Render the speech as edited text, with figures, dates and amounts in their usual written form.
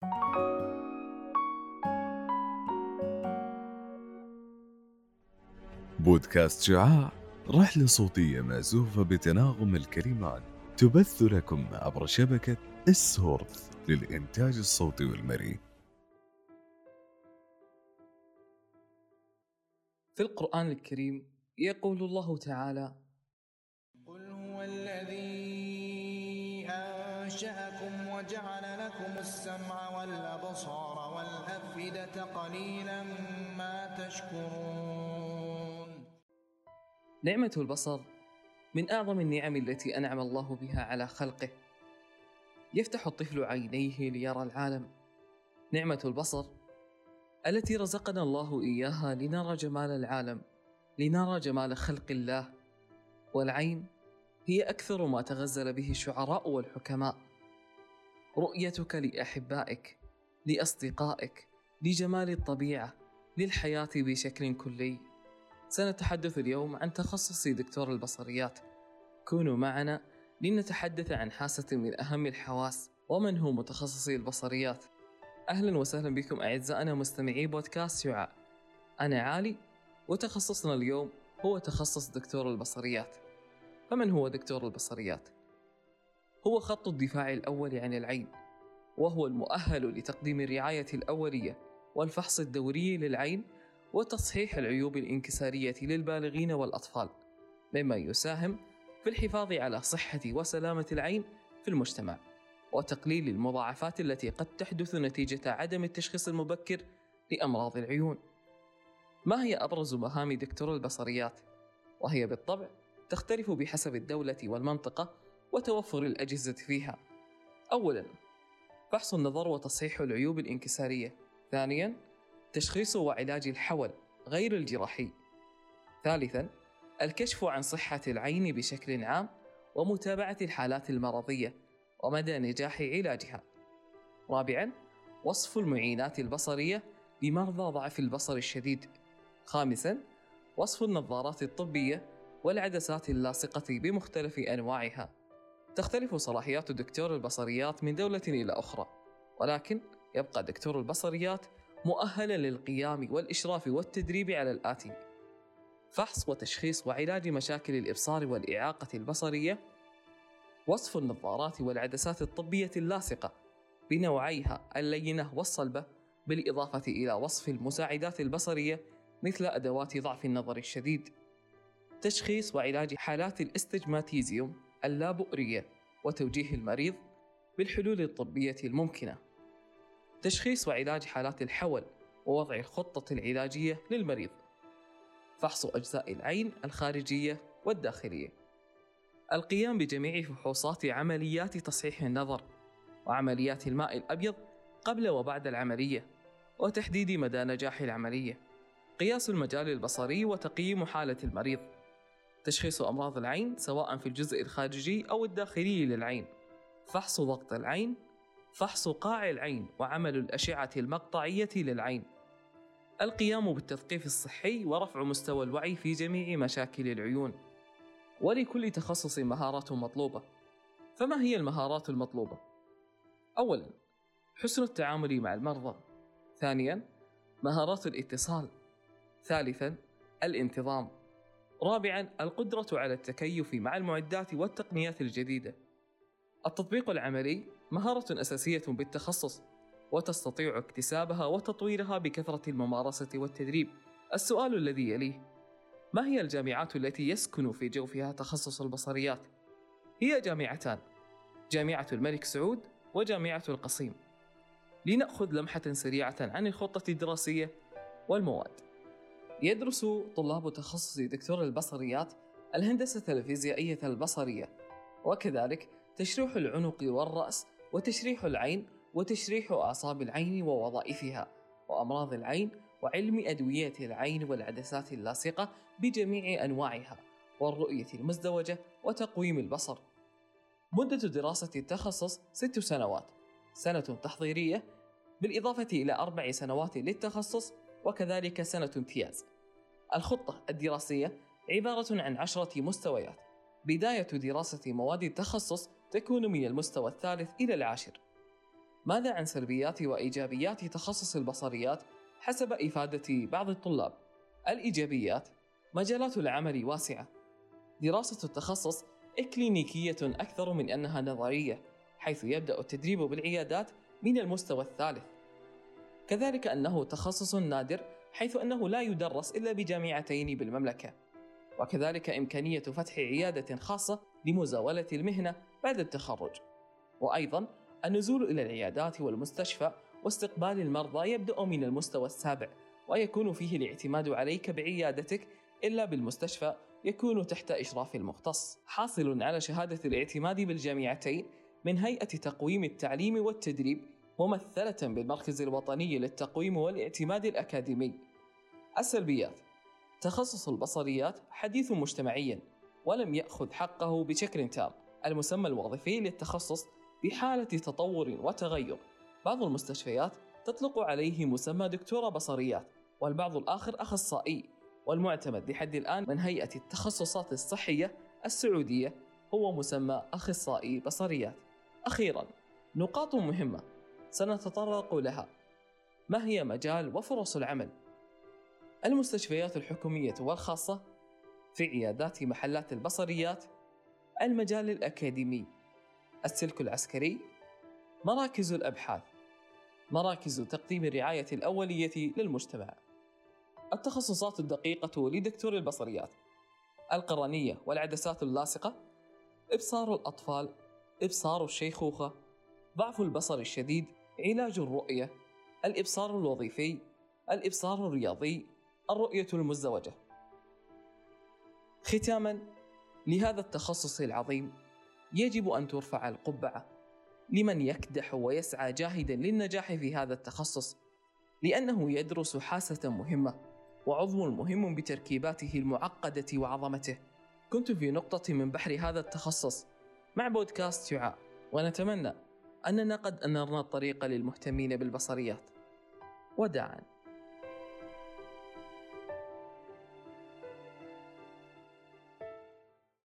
بودكاست شعاع، رحلة صوتية مأزوفة بتناغم الكلمات، تبث لكم عبر شبكة السورث للإنتاج الصوتي والمرئي. في القرآن الكريم يقول الله تعالى: قل هو الذي أنشأكم وجعل لكم السمع والأبصار والأفئدة قليلا ما تشكرون. نعمة البصر من أعظم النعم التي أنعم الله بها على خلقه. يفتح الطفل عينيه ليرى العالم. نعمة البصر التي رزقنا الله إياها لنرى جمال العالم، لنرى جمال خلق الله. والعين هي أكثر ما تغزل به الشعراء والحكماء. رؤيتك لأحبائك، لأصدقائك، لجمال الطبيعة، للحياة بشكل كلي. سنتحدث اليوم عن تخصص دكتور البصريات. كونوا معنا لنتحدث عن حاسة من أهم الحواس. ومن هو متخصصي البصريات؟ أهلا وسهلا بكم أعزائنا مستمعي بودكاست شعاع. أنا علي، وتخصصنا اليوم هو تخصص دكتور البصريات. فمن هو دكتور البصريات؟ هو خط الدفاع الأول عن العين، وهو المؤهل لتقديم الرعاية الأولية والفحص الدوري للعين وتصحيح العيوب الانكسارية للبالغين والأطفال، مما يساهم في الحفاظ على صحة وسلامة العين في المجتمع، وتقليل المضاعفات التي قد تحدث نتيجة عدم التشخيص المبكر لأمراض العيون. ما هي أبرز مهام دكتور البصريات؟ وهي بالطبع تختلف بحسب الدولة والمنطقة وتوفر الأجهزة فيها. أولاً، فحص النظر وتصحيح العيوب الانكسارية. ثانياً، تشخيص وعلاج الحول غير الجراحي. ثالثاً، الكشف عن صحة العين بشكل عام ومتابعة الحالات المرضية ومدى نجاح علاجها. رابعاً، وصف المعينات البصرية لمرضى ضعف البصر الشديد. خامساً، وصف النظارات الطبية والعدسات اللاصقة بمختلف أنواعها. تختلف صلاحيات دكتور البصريات من دولة إلى أخرى، ولكن يبقى دكتور البصريات مؤهلا للقيام والإشراف والتدريب على الآتي: فحص وتشخيص وعلاج مشاكل الإبصار والإعاقة البصرية، وصف النظارات والعدسات الطبية اللاصقة بنوعيها اللينة والصلبة، بالإضافة إلى وصف المساعدات البصرية مثل أدوات ضعف النظر الشديد، تشخيص وعلاج حالات الاستجماتيزيوم اللابؤرية وتوجيه المريض بالحلول الطبية الممكنة، تشخيص وعلاج حالات الحول ووضع الخطة العلاجية للمريض، فحص أجزاء العين الخارجية والداخلية، القيام بجميع فحوصات عمليات تصحيح النظر وعمليات الماء الأبيض قبل وبعد العملية وتحديد مدى نجاح العملية، قياس المجال البصري وتقييم حالة المريض، تشخيص أمراض العين سواء في الجزء الخارجي أو الداخلي للعين، فحص ضغط العين، فحص قاع العين وعمل الأشعة المقطعية للعين، القيام بالتثقيف الصحي ورفع مستوى الوعي في جميع مشاكل العيون. ولكل تخصص مهارات مطلوبة. فما هي المهارات المطلوبة؟ أولاً، حسن التعامل مع المرضى. ثانياً، مهارات الاتصال. ثالثاً، الانتظام. رابعاً، القدرة على التكيف مع المعدات والتقنيات الجديدة. التطبيق العملي مهارة أساسية بالتخصص، وتستطيع اكتسابها وتطويرها بكثرة الممارسة والتدريب. السؤال الذي يليه: ما هي الجامعات التي يسكن في جوفها تخصص البصريات؟ هي جامعتان: جامعة الملك سعود وجامعة القصيم. لنأخذ لمحة سريعة عن الخطة الدراسية والمواد. يدرس طلاب تخصص دكتور البصريات الهندسة الفيزيائية البصرية، وكذلك تشريح العنق والرأس، وتشريح العين، وتشريح أعصاب العين ووظائفها، وأمراض العين، وعلم أدوية العين والعدسات اللاصقة بجميع أنواعها، والرؤية المزدوجة، وتقويم البصر. مدة دراسة التخصص 6 سنوات، سنة تحضيرية بالإضافة إلى 4 سنوات للتخصص، وكذلك سنة امتياز. الخطة الدراسية عبارة عن 10 مستويات. بداية دراسة مواد التخصص تكون من المستوى 3 إلى 10. ماذا عن سلبيات وإيجابيات تخصص البصريات حسب إفادة بعض الطلاب؟ الإيجابيات: مجالات العمل واسعة. دراسة التخصص إكلينيكية أكثر من أنها نظرية، حيث يبدأ التدريب بالعيادات من المستوى الثالث. كذلك أنه تخصص نادر، حيث أنه لا يدرس إلا بجامعتين بالمملكة. وكذلك إمكانية فتح عيادة خاصة لمزاولة المهنة بعد التخرج. وأيضا النزول إلى العيادات والمستشفى واستقبال المرضى يبدأ من المستوى السابع، ويكون فيه الاعتماد عليك بعيادتك، إلا بالمستشفى يكون تحت إشراف المختص، حاصل على شهادة الاعتماد بالجامعتين من هيئة تقويم التعليم والتدريب، ممثلة بالمركز الوطني للتقويم والاعتماد الأكاديمي. السلبيات: تخصص البصريات حديث مجتمعيا ولم يأخذ حقه بشكل تام. المسمى الوظيفي للتخصص بحالة تطور وتغير، بعض المستشفيات تطلق عليه مسمى دكتور بصريات، والبعض الآخر أخصائي، والمعتمد لحد الآن من هيئة التخصصات الصحية السعودية هو مسمى أخصائي بصريات. أخيرا، نقاط مهمة سنتطرق لها. ما هي مجال وفرص العمل؟ المستشفيات الحكومية والخاصة، في عيادات محلات البصريات، المجال الأكاديمي، السلك العسكري، مراكز الأبحاث، مراكز تقديم الرعاية الأولية للمجتمع. التخصصات الدقيقة لدكتور البصريات: القرنية والعدسات اللاصقة، إبصار الأطفال، إبصار الشيخوخة، ضعف البصر الشديد، علاج الرؤية، الإبصار الوظيفي، الإبصار الرياضي، الرؤية المزدوجة. ختاماً، لهذا التخصص العظيم يجب أن ترفع القبعة لمن يكدح ويسعى جاهداً للنجاح في هذا التخصص، لأنه يدرس حاسة مهمة وعضو مهم بتركيباته المعقدة وعظمته. كنت في نقطة من بحر هذا التخصص مع بودكاست شعاع، ونتمنى أننا قد أنرنا الطريق للمهتمين بالبصريات. وداعاً.